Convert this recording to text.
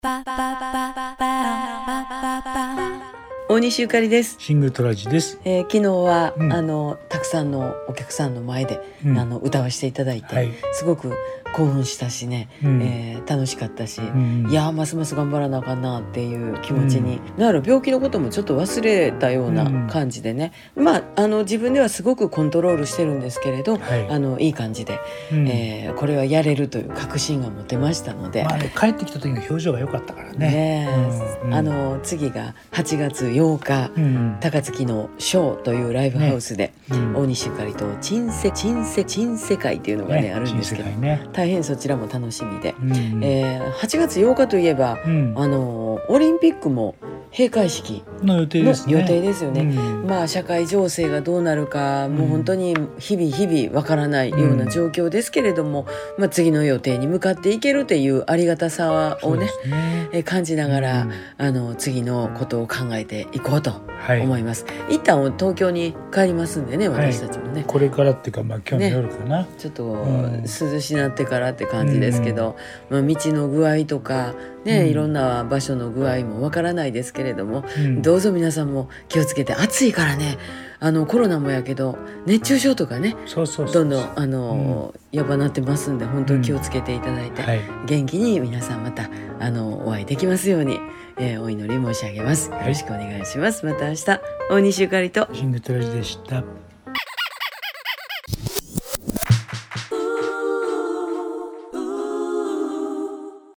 大西ゆかりです。 シングルトラジです。 昨日は、たくさんのお客さんの前で、歌わせていただいて、すごく興奮したしね、楽しかったし、いやますます頑張らなあかんなっていう気持ちになる。病気のこともちょっと忘れたような感じでね、自分ではすごくコントロールしてるんですけれど、いい感じで、これはやれるという確信が持てましたので、 帰ってきた時の表情が良かったからね。 次が8月8日、高槻のショーというライブハウスで、大西ゆかりと珍世界っていうのがねあるんですけど、大変そちらも楽しみで、8月8日といえば、オリンピックも閉会式の予定ですよね。社会情勢がどうなるか、もう本当に日々わからないような状況ですけれども、次の予定に向かっていけるというありがたさをね、感じながら、次のことを考えていこうと思います。一旦東京に帰りますんでね、私たちもね、 これからっていうか、今日の夜かな、 ちょっと涼しなってからって感じですけど、道の具合とかね、いろんな場所の具合もわからないですけれども、どうぞ皆さんも気をつけて。暑いからね、コロナもやけど熱中症とかね、どんどんやばなってますんで、本当に気をつけていただいて、元気に皆さんまたお会いできますように、お祈り申し上げます。よろしくお願いします。また明日、大西ゆかりとシングルトラジでした。